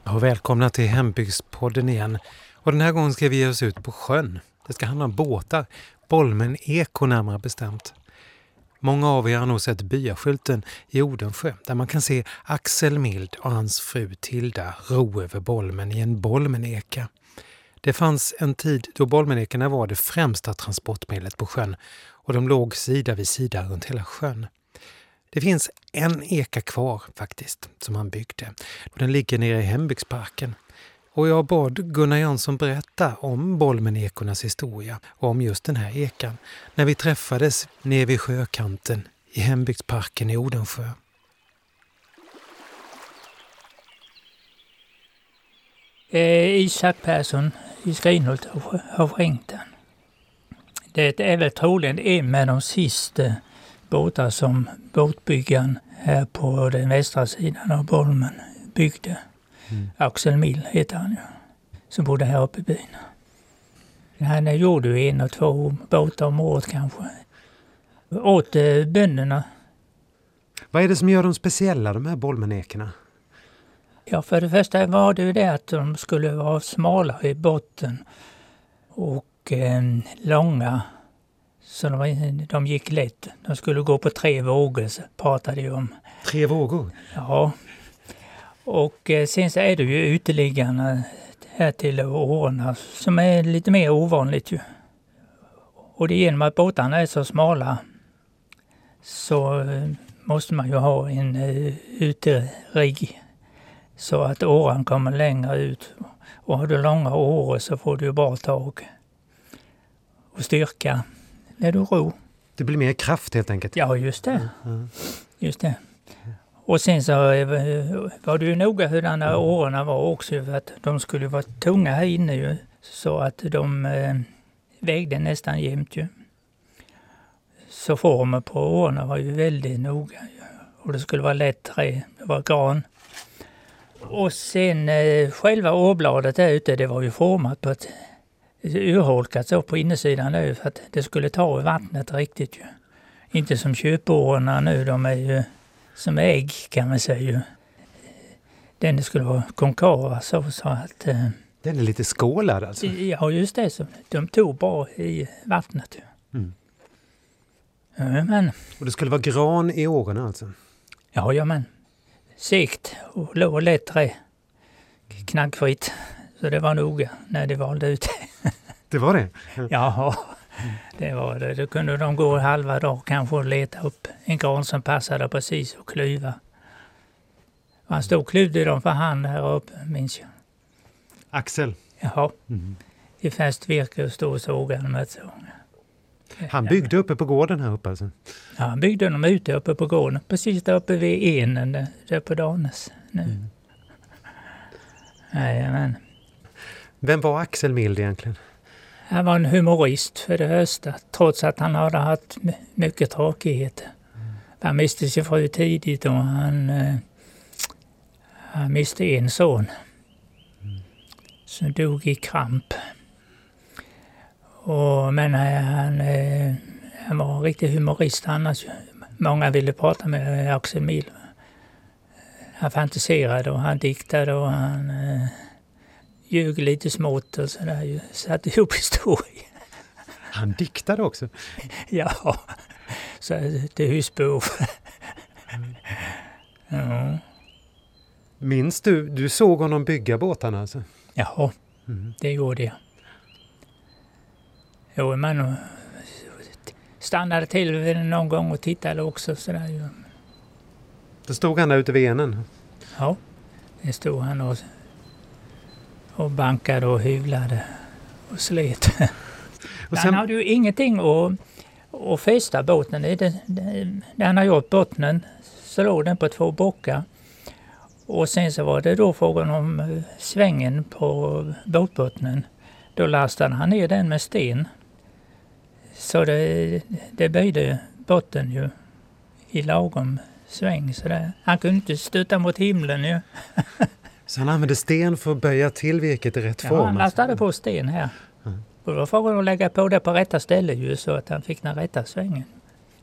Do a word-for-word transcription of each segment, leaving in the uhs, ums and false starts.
Och välkomna till Hembygdspodden igen. Och den här gången ska vi ge oss ut på sjön. Det ska handla om båtar. Bolmen Eko närmare bestämt. Många av er har nog sett byaskylten i Odensjö där man kan se Axel Mild och hans fru Tilda ro över Bolmen i en Bolmeneka. Det fanns en tid då Bolmenekerna var det främsta transportmedlet på sjön och de låg sida vid sida runt hela sjön. Det finns en eka kvar faktiskt som han byggde och den ligger nere i Hembygdsparken. Och jag bad Gunnar Jansson berätta om Bolmenekornas historia och om just den här ekan när vi träffades nere vid sjökanten i Hembygdsparken i Odensjö. Eh, Isak Persson i Skrinhult har, har skänkt den. Det är väl troligen en med de sista båtar som båtbyggaren här på den västra sidan av Bolmen byggde. Mm. Axel Mild heter han ju, som bodde här uppe i byn. Han gjorde ju en och två båtar om året kanske. Åt eh, bönderna. Vad är det som gör dem speciella, de här Bolmenekerna? Ja, för det första var det ju det att de skulle vara smala i botten och eh, långa. Så de, de gick lätt. De skulle gå på tre vågor, så pratade de om. Tre vågor? Ja. Och eh, sen så är det ju uteliggarna här till årorna som är lite mer ovanligt ju. Och det är genom att båtarna är så smala så eh, måste man ju ha en eh, uterigg så att åran kommer längre ut. Och har du långa åror så får du bra tag och styrka när du ror. Det blir mer kraft helt enkelt. Ja, just det. Mm. Just det. Och sen så var det ju noga hurdana årorna var också för att de skulle vara tunga här inne ju, så att de eh, vägde nästan jämnt ju. Så formen på årorna var ju väldigt noga ju. Och det skulle vara lätt trä, det var gran. Och sen eh, själva årbladet där ute, det var ju format på ett urholkat så på insidan nu för att det skulle ta i vattnet riktigt ju. Inte som köpårorna nu, de är ju som ägg kan man säga ju. Den skulle vara konkava så, så att... Eh, den är lite skålad alltså? Ja, just det. Så de tog bara i vattnet ju. Mm. Ja, men... Och det skulle vara gran i åren alltså? Ja, ja men. Segt och låg lätt trä. Knackfritt. Så det var noga när det valde ut. Det var det? Ja, det var det. Då kunde de gå halva dag kanske och leta upp en gran som passade precis och klyva. Och han stod och klyvde dem för hand här uppe, minns jag. Axel? Jaha. Mm. I fäst virke och stod och sågade med ett sång. Han byggde uppe på gården här uppe alltså? Ja, han byggde dem ute uppe på gården. Precis där uppe vid enen där, där på Danes nu. Mm. Jajamän. Vem var Axel Mild egentligen? Han var en humorist för det högsta, trots att han hade haft mycket tråkigheter. Mm. Han miste sig fru tidigt och han, eh, han miste en son mm. som dog i kramp. Och, men han, eh, han var en riktig humorist annars. Många ville prata med Axel Mild. Han fantiserade och han diktade och han... Eh, ljög lite smått och sådär. Satt ihop historia. Han diktade också? Ja, så det är husbehov. Ja. Minns du, du såg honom bygga båtarna alltså? Ja, mm. det gjorde jag. Jo, man stannade till någon gång och tittade också sådär. Då stod han där ute vid enen? Ja, det stod han och och bankade och hyvlade och slet. Och sen... Han hade ju ingenting att, att fästa båten i. Det, det, när han hade gjort bottnen så låg den på två bockar. Och sen så var det då frågan om svängen på båtbottnen. Då lastade han ner den med sten. Så det, det böjde botten ju i lagom sväng. Så det, han kunde inte stöta mot himlen ju. Så han använde sten för att böja till virket i rätt ja, form? Ja, han lastade på sten här. Mm. Och då får han lägga på det på rätta ställe ju så att han fick den rätta svängen.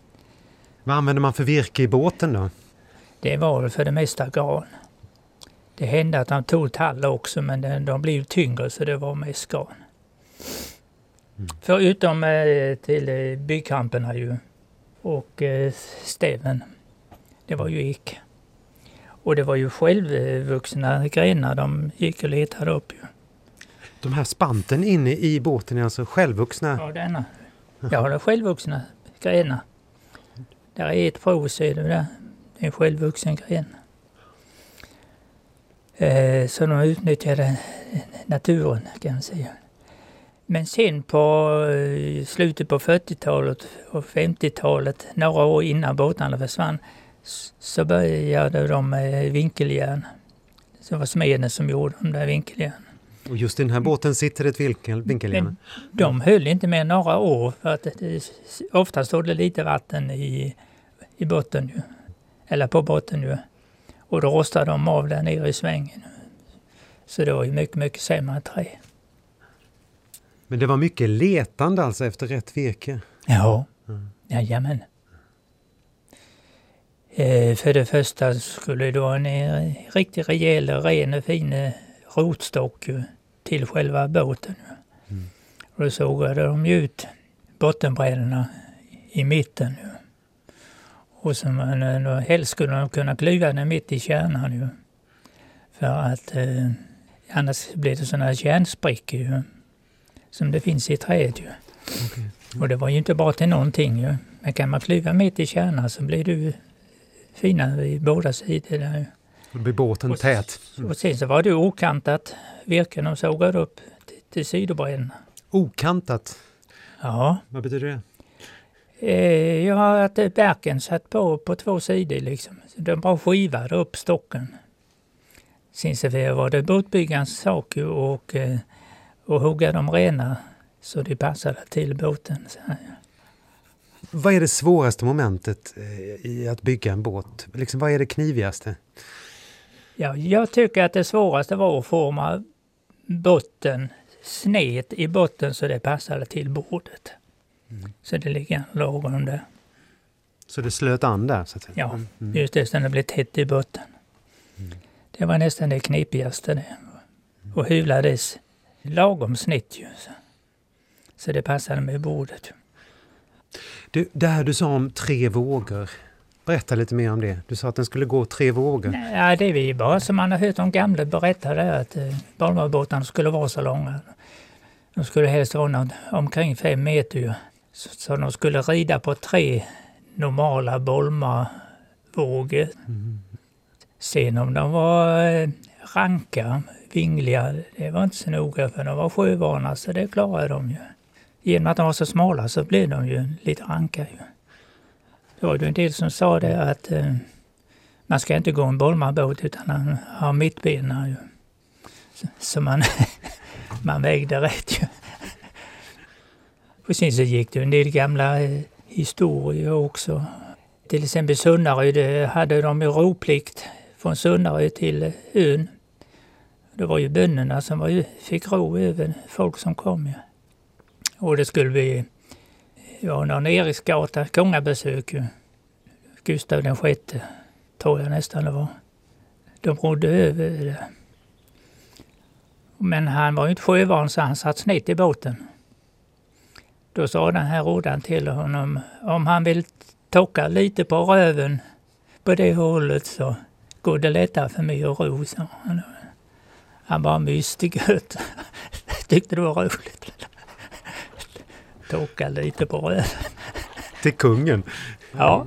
Vad använder man för virke i båten då? Det var för det mesta gran. Det hände att de tog tall också, men de, de blev tyngre så det var mest skan. Mm. Förutom eh, till eh, byggkamperna ju och eh, stäven. Det var ju ek. Och det var ju självvuxna grenar de gick och letade upp ju. De här spanten inne i båten är alltså självvuxna? Ja, denna. Ja, det är självvuxna grenar. Där är ett prov, ser du där. Det är en självvuxen gren. Eh, så de utnyttjade naturen kan man säga. Men sen på eh, slutet på fyrtiotalet och femtiotalet, några år innan båtarna försvann, så började de med vinkeljärn. Så var smeden som gjorde de där vinkeljärn. Och just i den här båten sitter ett vinkel, vinkeljärn? Men de höll inte med några år för att det, ofta stod det lite vatten i, i botten ju. Eller på botten ju. Och då rostade de av där nere i svängen. Så det var ju mycket, mycket sämre trä. Men det var mycket letande alltså efter rätt virke? Ja, mm. Jajamän. Eh, för det första skulle det vara en eh, riktigt rejäl, ren och fin rotstock ju, till själva båten. Mm. Och då sågade de ju ut bottenbrädorna i mitten ju. Och så man, helst skulle de kunna klyva den mitt i kärnan ju. För att eh, annars blir det sådana kärnsprickor ju. Som det finns i träet ju. Okay. Mm. Och det var ju inte bara till någonting ju. Men kan man klyva mitt i kärnan så blir det fina i båda sidor där ju. Det blir båten och, tät. Mm. Och sen så var det okantat virken och sågade upp till, till sidobrädorna. Okantat? Ja. Vad betyder det? Eh, ja, att bärken satt på på två sidor liksom. Så de bara skivade upp stocken. Sen så var det båtbyggans sak ju och, och hugga dem rena så det passade till båten. Så här. Vad är det svåraste momentet i att bygga en båt? Liksom, vad är det knivigaste? Ja, jag tycker att det svåraste var att forma botten, snet i botten så det passade till bordet. Mm. Så det ligger lagom där. Så det slöt an där? Så att säga. Ja, mm. just det, så det blev tätt i botten. Mm. Det var nästan det knipigaste det. Och hyvlades lagom snitt ju. Så, så det passade med bordet. Du, det här du sa om tre vågor. Berätta lite mer om det. Du sa att den skulle gå tre vågor. Ja, det är vi bara som man har hört om gamla berättade att eh, Bolmarbåtarna skulle vara så långa. De skulle helst vara någon, omkring fem meter ju. Så, så de skulle rida på tre normala Bolmarvågor. Mm. Sen om de var eh, ranka, vingliga, det var inte så noga för de var sjövana så det klarade de ju. Genom att de var så smala så blev de ju lite ranka ju. Det var ju en del som sa det att eh, man ska inte gå en Bolmarbåt utan man har mittbena ju. Så, så man, man vägde rätt ju. Och sen så gick det en del gamla eh, historier också. Till exempel Sunnarö hade de ju roplikt från Sunnarö till ön. Det var ju bönderna som var ju, fick ro över folk som kom ju. Och det skulle bli ja, någon Eriksgata, kungabesök ju. Gustav den sjätte, tror jag nästan det var. De rodde över det. Men han var ju inte sjövan så han satt snett i båten. Då sa den här rodan till honom, om han vill tocka lite på röven på det hållet så går det lättare för mig att ro, sa han. Han bara myste gött. Tyckte det var roligt. Tocka lite på röven. Till kungen? Ja.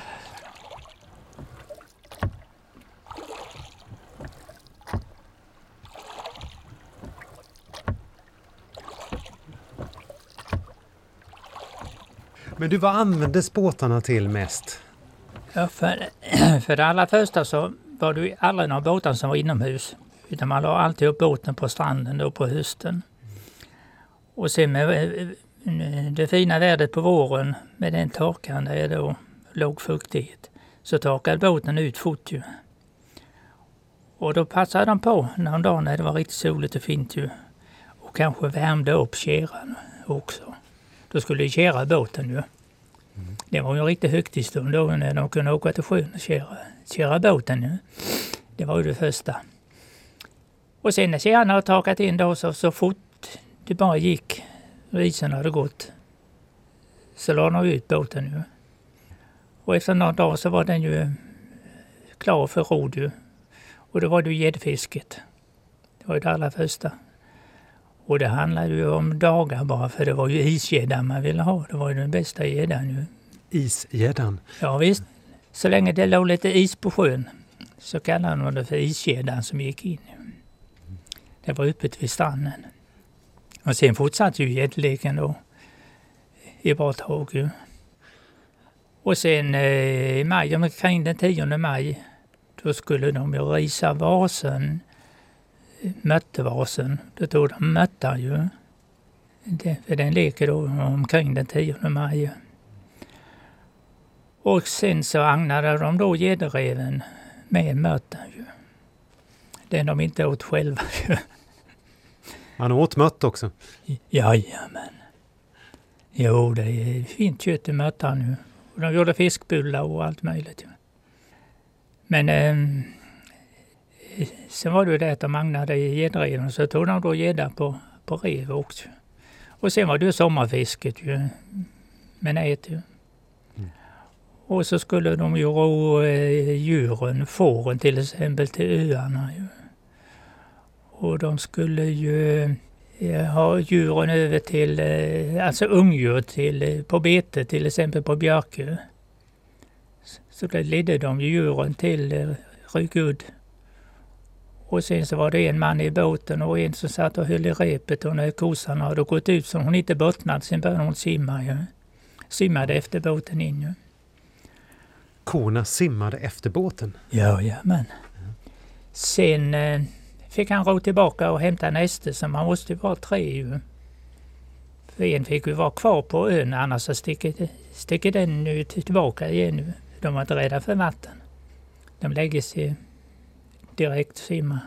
Men du, vad användes båtarna till mest? Ja, för, för det allra första så var det ju aldrig några båtar som var inomhus. Utan man la alltid upp båten på stranden då på hösten. Och sen med det fina vädret på våren med den torkan där det då låg fuktighet så torkade båten ut fort ju. Och då passade de på någon dag när det var riktigt soligt och fint ju. Och kanske värmde upp käran också. Då skulle de kära båten ju. Mm. Det var ju en riktigt högtidsstund då när de kunde åka till sjön och kära, kära båten ju. Det var ju det första. Och sen när tjärna har takat in då så, så fort det bara gick och isen hade gått så la de ut båten ju. Och efter några dagar så var den ju klar för rod ju. Och då var det ju gäddfisket. Det var ju det allra första. Och det handlade ju om dagar bara, för det var ju isgäddan man ville ha. Det var ju den bästa gäddan ju. Isgäddan? Ja visst. Så länge det låg lite is på sjön så kallade man det för isgäddan som gick in. Det var öppet vid stranden. Och sen fortsatte ju gäddleken då i bra tag ju. Och sen eh, i maj, omkring den tionde maj, då skulle de ju risa vasen, möttevasen. Då tog de möttar ju. Det, för den leker då omkring den tionde maj. Och sen så agnade de då gäddreven med möttar ju. Den de inte åt själva ju. Man åt mött också? Jajamän. Jo, det är fint kött i möttar nu. Och de gjorde fiskbullar och allt möjligt ju. Men eh, sen var det ju det att de agnade i gäddreven, så tog de då gädda på, på rev också. Och sen var det ju sommarfisket ju, med nät ju. Mm. Och så skulle de ju ro eh, djuren, fåren till exempel, till öarna ju. Och de skulle ju eh, ha djuren över till, eh, alltså ungdjur till, eh, på bete till exempel på Björkö. Så då ledde de djuren till eh, Rygudd. Och sen så var det en man i båten och en som satt och höll i repet, och när kossan hade gått ut så hon inte bottnade, sen började hon simma ju. Simmade efter båten in ju. Korna simmade efter båten? Ja, ja, men. Mm. Sen eh, fick han ro tillbaka och hämta näste, så man måste ju vara tre ju. För en fick ju vara kvar på ön, annars så sticker, sticker den nu tillbaka igen nu. De var inte rädda för vatten. De lägger sig direkt simma.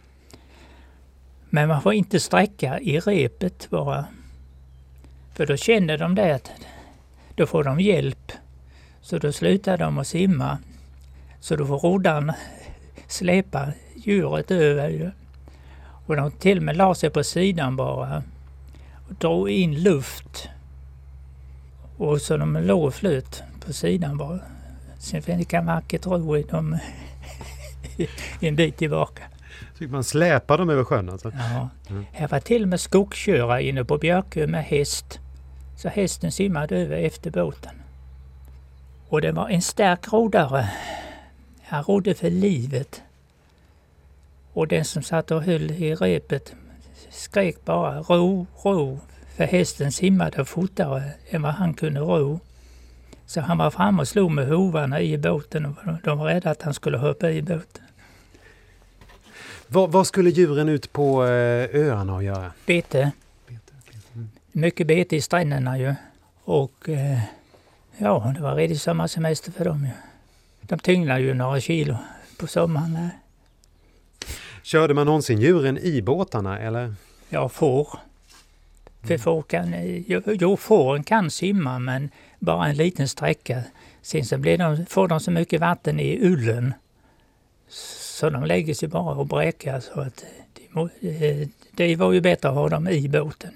Men man får inte sträcka i repet bara. För då känner de det att då får de hjälp. Så då slutar de att simma. Så då får roddaren släpa djuret över. Och de till och med la sig på sidan bara. Och drog in luft. Och så de låg och flöt på sidan bara. Sen fick man vackert ro i dem en bit tillbaka. Så man släpar dem över sjön alltså? Ja. Mm. Här var till och med skogsköra inne på Björkö med häst. Så hästen simmade över efter båten. Och det var en stark roddare. Han rodde för livet. Och den som satt och höll i repet skrek bara ro, ro. För hästen simmade fortare än vad han kunde ro. Så han var fram och slog med hovarna i båten och de var rädda att han skulle hoppa i båten. Vad, vad skulle djuren ut på öarna att göra? Bete. Bete. Mm. Mycket bete i stränderna ju. Och eh, ja, det var redan sommarsemester för dem ju. De tynglar ju några kilo på sommaren. Där. Körde man någonsin djuren i båtarna eller? Ja, får. För får kan, jo, fåren kan simma men bara en liten sträcka. Sen så blir de, får de så mycket vatten i ullen så de lägger sig bara och bräcker. Så att det, det var ju bättre att ha dem i båten.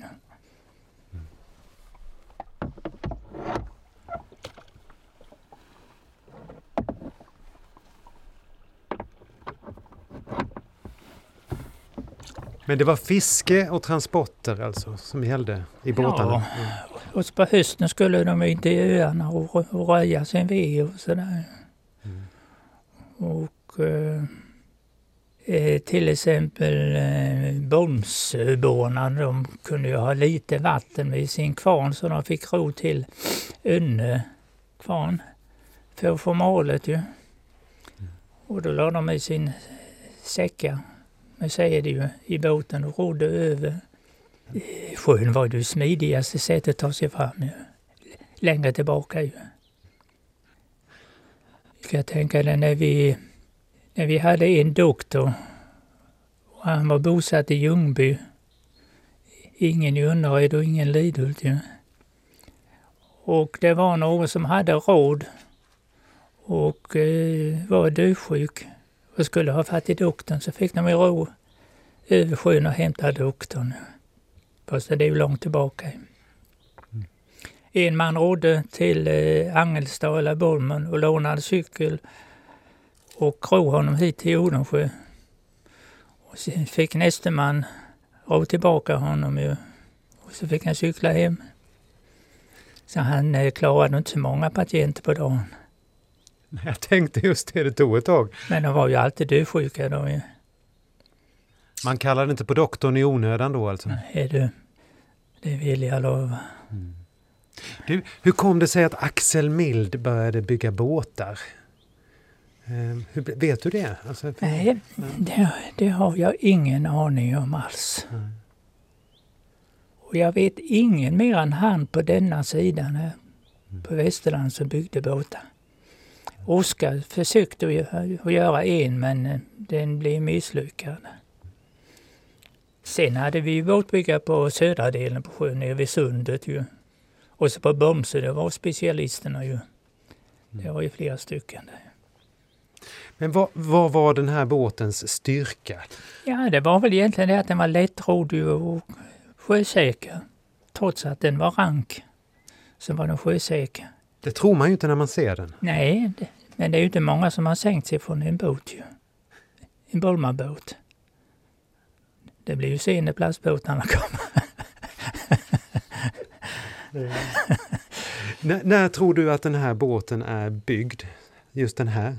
Men det var fiske och transporter alltså som gällde i båtarna? Ja, mm. Och på hösten skulle de inte i öarna och, och röja sin ved och sådär. Mm. Och eh, till exempel eh, Bomsöborna, de kunde ju ha lite vatten vid sin kvarn så de fick ro till Önne kvarn för att få målet ju. Mm. Och då la de i sin säckar. Men säger det ju i båten och rodde över. Sjön var det smidigaste sättet att ta sig fram ju. Längre tillbaka ju. Jag kan tänka det när vi, när vi hade en doktor. Och han var bosatt i Ljungby. Ingen i Unnaryd och ingen Lidhult ju. Och det var någon som hade råd. Och eh, var dödsjuk. Och skulle ha fatt i doktorn så fick de i ro över sjön och hämtade doktorn. Fast det är ju långt tillbaka. Mm. En man rådde till eh, Angelstad eller Bolmen och lånade cykel och ro honom hit till Odensjö. Och sen fick nästa man ro tillbaka honom ju. Och så fick han cykla hem. Så han eh, klarade inte så många patienter på dagen. Jag tänkte just det, det tog ett tag. Men de var ju alltid dödsjuka då ju. Man kallade inte på doktorn i onödan då alltså? Nej du, det vill jag lova. Mm. Du, hur kom det sig att Axel Mild började bygga båtar? Eh, hur, vet du det? Alltså, Nej, det, det har jag ingen aning om alls. Mm. Och jag vet ingen mer än han på denna sidan här, mm. på Västerland som byggde båtar. Oskar försökte att göra en, men den blev misslyckad. Sen hade vi båtbyggare på södra delen på sjön, nere vid sundet ju. Och så på Bomsö, det var specialisterna ju. Det var ju flera stycken där. Men vad, vad var den här båtens styrka? Ja, det var väl egentligen det att den var lättrodig och sjösäker. Trots att den var rank så var den sjösäker. Det tror man ju inte när man ser den. Nej, det, men det är ju inte många som har sänkt sig från en båt ju. En Bolmabåt. Det blir ju sen när plastbåtarna kommer. N- när tror du att den här båten är byggd? Just den här?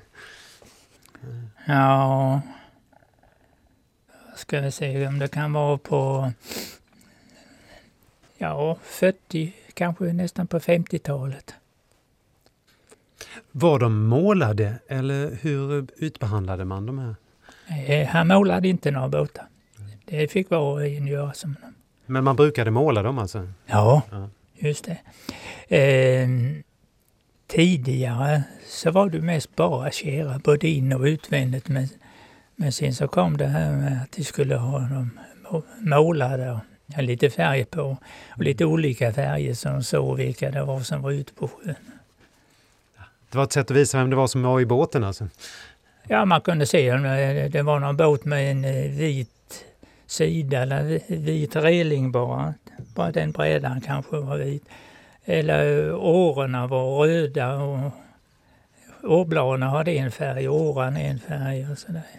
Ja, ska vi se om det kan vara på ja, fyrtio, kanske nästan på femtiotalet. Var de målade eller hur utbehandlade man de här? Nej, han målade inte några båtar. Det fick vara en göra som dem. Men man brukade måla dem alltså? Ja, ja. Just det. Eh, tidigare så var det mest bara kära, både in- och utvändigt. Men, men sen så kom det här med att de skulle ha dem målade och lite färg på. Och lite olika färger så de såg vilka det var som var ute på sjön. Det var ett sätt att visa vem det var som var i båten alltså? Ja, man kunde se om det var någon båt med en vit sida eller vit reling bara. Bara den brädan kanske var vit. Eller årorna var röda och årbladen hade en färg, åran en färg och sådär.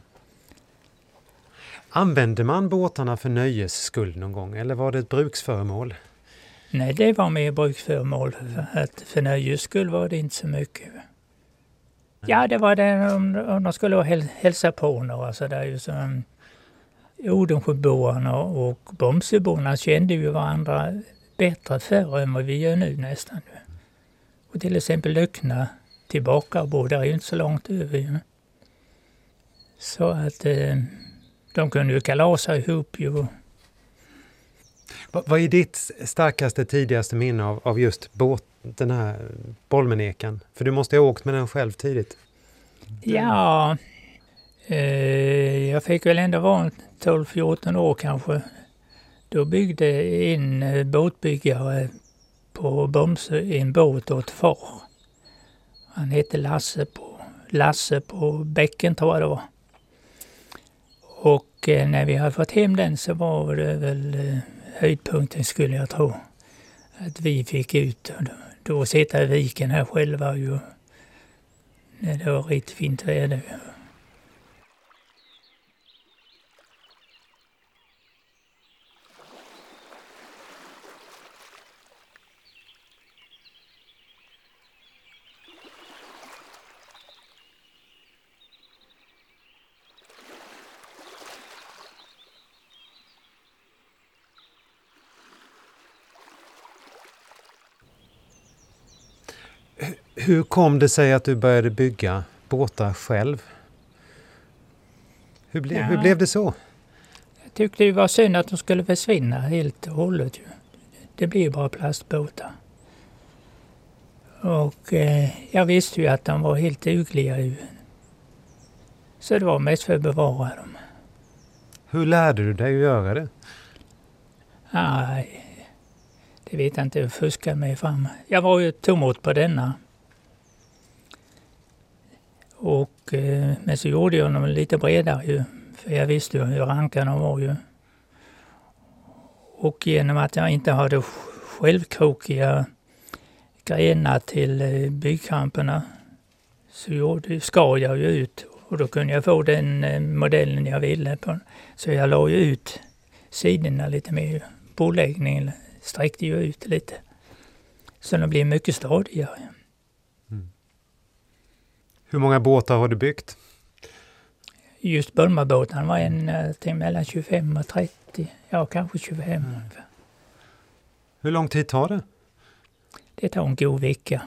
Använde man båtarna för nöjes skull någon gång eller var det ett bruksföremål? Nej, det var mer bruksföremål. För, att för nöjes skull var det inte så mycket. Ja, det var det om, om de skulle hälsa på några sådär ju som Odensjöborna och Bomsöborna kände ju varandra bättre förr än vad vi gör nu nästan. Och till exempel Löckna tillbaka och båda är ju inte så långt över. Ju. Så att eh, de kunde ju kalasa ihop ju. Va, vad är ditt starkaste, tidigaste minne av, av just båt, den här Bolmenekan? För du måste ha åkt med den själv tidigt. Ja, eh, jag fick väl ändå vara tolv fjorton år kanske. Då byggde en båtbyggare på Bomsö en båt åt far. Han hette Lasse på, Lasse på Bäcken tror jag det var. Och eh, när vi hade fått hem den så var det väl eh, höjdpunkten skulle jag tro. Att vi fick ut och då, då sitta i viken här själva ju. När det var riktigt fint väder. Hur kom det sig att du började bygga båtar själv? Hur, ble, ja. hur blev det så? Jag tyckte det var synd att de skulle försvinna helt och hållet. Det blev bara plastbåtar. Och eh, jag visste ju att de var helt dugliga. Så det var mest för att bevara dem. Hur lärde du dig att göra det? Nej, det vet jag inte. Jag fuskade mig fram. Jag var ju tomot på denna. Och, men så gjorde jag dem lite bredare ju, För jag visste ju hur rankarna var ju. Och genom att jag inte hade självkrokiga grenar till byggkamperna så gjorde, skar jag ju ut. Och då kunde jag få den modellen jag ville på. Så jag la ju ut sidorna lite mer. Påläggningen sträckte ju ut lite. Så de blev mycket stadigare. Mm. Hur många båtar har du byggt? Just Bolmabåten var en till mellan tjugofem och trettio. Ja, kanske tjugofem mm. ungefär. Hur lång tid tar det? Det tar en god vecka.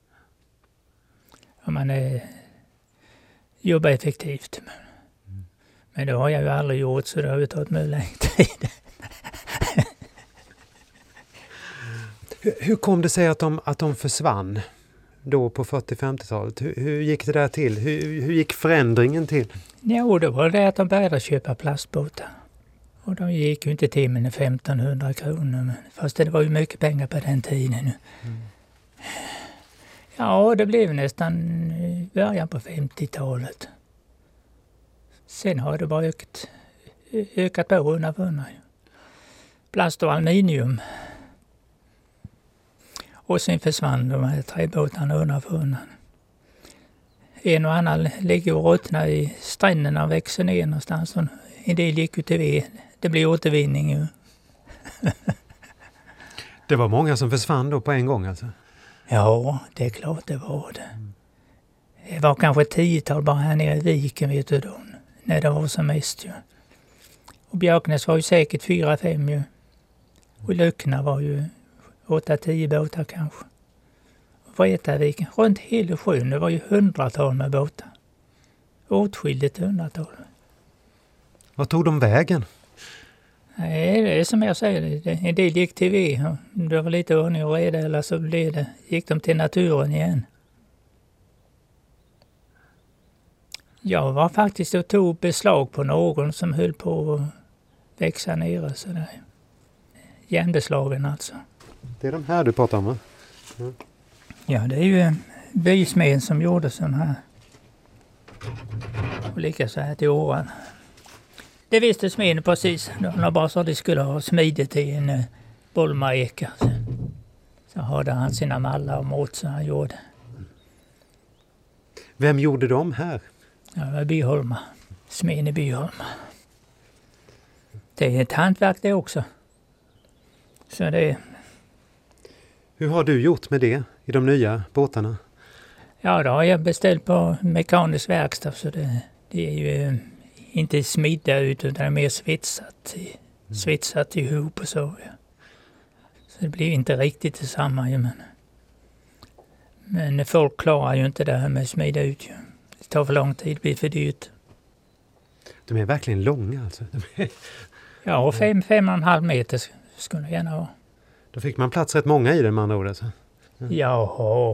Om man är, jobbar effektivt. Mm. Men det har jag ju aldrig gjort så det har ju tagit mig längre tid. hur, hur kom det sig att de, att de försvann då på fyrtio-femtiotalet? Hur, hur gick det där till? Hur, hur gick förändringen till? Ja, det var det att de började köpa plastbåtar. Och de gick ju inte till med femtonhundra kronor. Men fast det var ju mycket pengar på den tiden. Mm. Ja, det blev nästan i början på femtiotalet. Sen har det bara ökat, ökat på undan för undan. Plast och aluminium. Och sen försvann de här träbåtarna undan för undan. En och annan ligger och ruttnar i stränderna och växer ner någonstans. En del gick ju till ved. Det blir återvinning ju. Det var många som försvann då på en gång alltså? Ja, det är klart det var det. Mm. Det var kanske ett tiotal bara här nere i viken, vet du då. När det var som mest ju. Och Björknäs var ju säkert fyra, fem ju. Och Löckna var ju åtta, tio båtar kanske. Och Vretaviken, runt hela sjön, det var ju hundratal med båtar. Åtskilligt hundratal. Vad tog de vägen? Nej, det är som jag säger, en del gick till ved. Det var lite ordning och reda eller så blev det, gick de till naturen igen. Jag var faktiskt och tog beslag på någon som höll på att växa nere sådär. Järnbeslagen alltså. Det är de här du pratar om, va? Mm. Ja, det är ju bysmeden som gjorde sån här. Och lika så här till åren. Det visste smeden precis. De bara sa att de skulle ha smidigt i en uh, Bolmaeka. Så, så hade han sina mallar och mått så han gjorde. Vem gjorde de här? Ja, det var Byholma. Smeden i Byholma. Det är ett hantverk det också. Så det... Hur har du gjort med det i de nya båtarna? Ja, då har jag beställt på mekanisk verkstad så det, det är ju inte smidda ut utan det är mer svetsat, mm. svetsat ihop och så. Ja. Så det blir inte riktigt detsamma. Ja, men, men folk klarar ju inte det här med smida ut. Ja. Det tar för lång tid, det blir för dyrt. De är verkligen långa alltså? Är... Ja, och fem, fem och en halv meter skulle jag gärna ha. Då fick man plats rätt många i den med andra ord alltså? Mm. Jaha.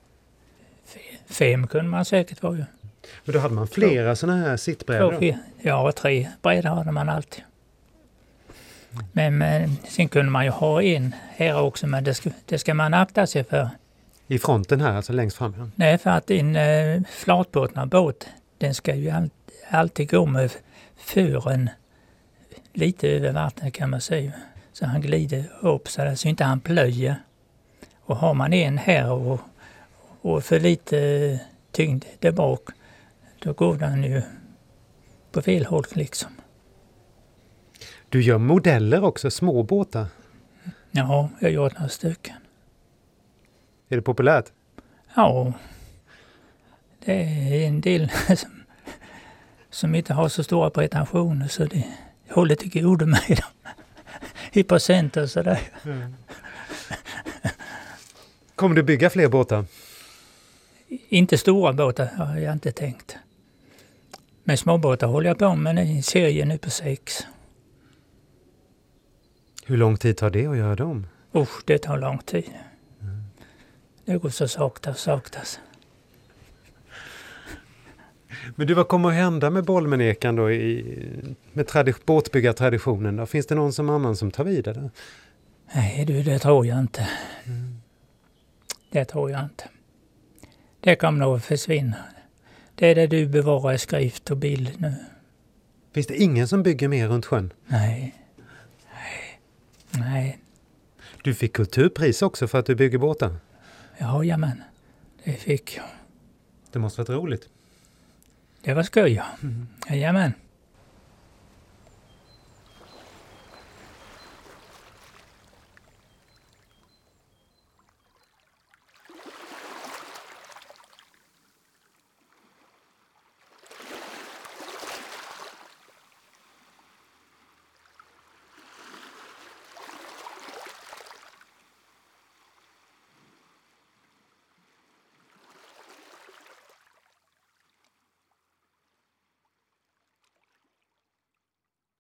Fem kunde man säkert vara ju. Men då hade man flera ja. Sådana här sittbrädor? Ja, tre brädor hade man alltid. Men, men sen kunde man ju ha en här också, men det ska, det ska man akta sig för. I fronten här, alltså längst fram? Ja. Nej, för att en äh, flatbåtna båt, den ska ju all, alltid gå med fören lite över vattnet kan man säga. Så han glider upp så där, så inte han plöjer. Och har man en här och, och för lite tyngd där bak, då går den ju på fel håll liksom. Du gör modeller också, små båtar? Ja, jag gör några stycken. Är det populärt? Ja, det är en del som, som inte har så stora pretensioner så det håller till godo med dem. I procent och sådär. Mm. Kommer du bygga fler båtar? Inte stora båtar har jag inte tänkt. Men småbåtar håller jag på med en serie nu på sex. Hur lång tid tar det att göra dem? Usch, det tar lång tid. Mm. Det går så sakta och sakta. Men du, vad kommer att hända med Bolmenekan då i, med tradi- båtbyggartraditionen då? Finns det någon som annan som tar vidare? Nej du, det tror jag inte. Mm. Det tror jag inte. Det kommer nog att försvinna. Det är det du bevarar i skrift och bild nu. Finns det ingen som bygger mer runt sjön? Nej. Nej. Nej. Du fick kulturpris också för att du bygger båtar. Ja, jamen. Det fick jag. Det måste varit roligt. Det var skoj, ja. Mm. Jajamän.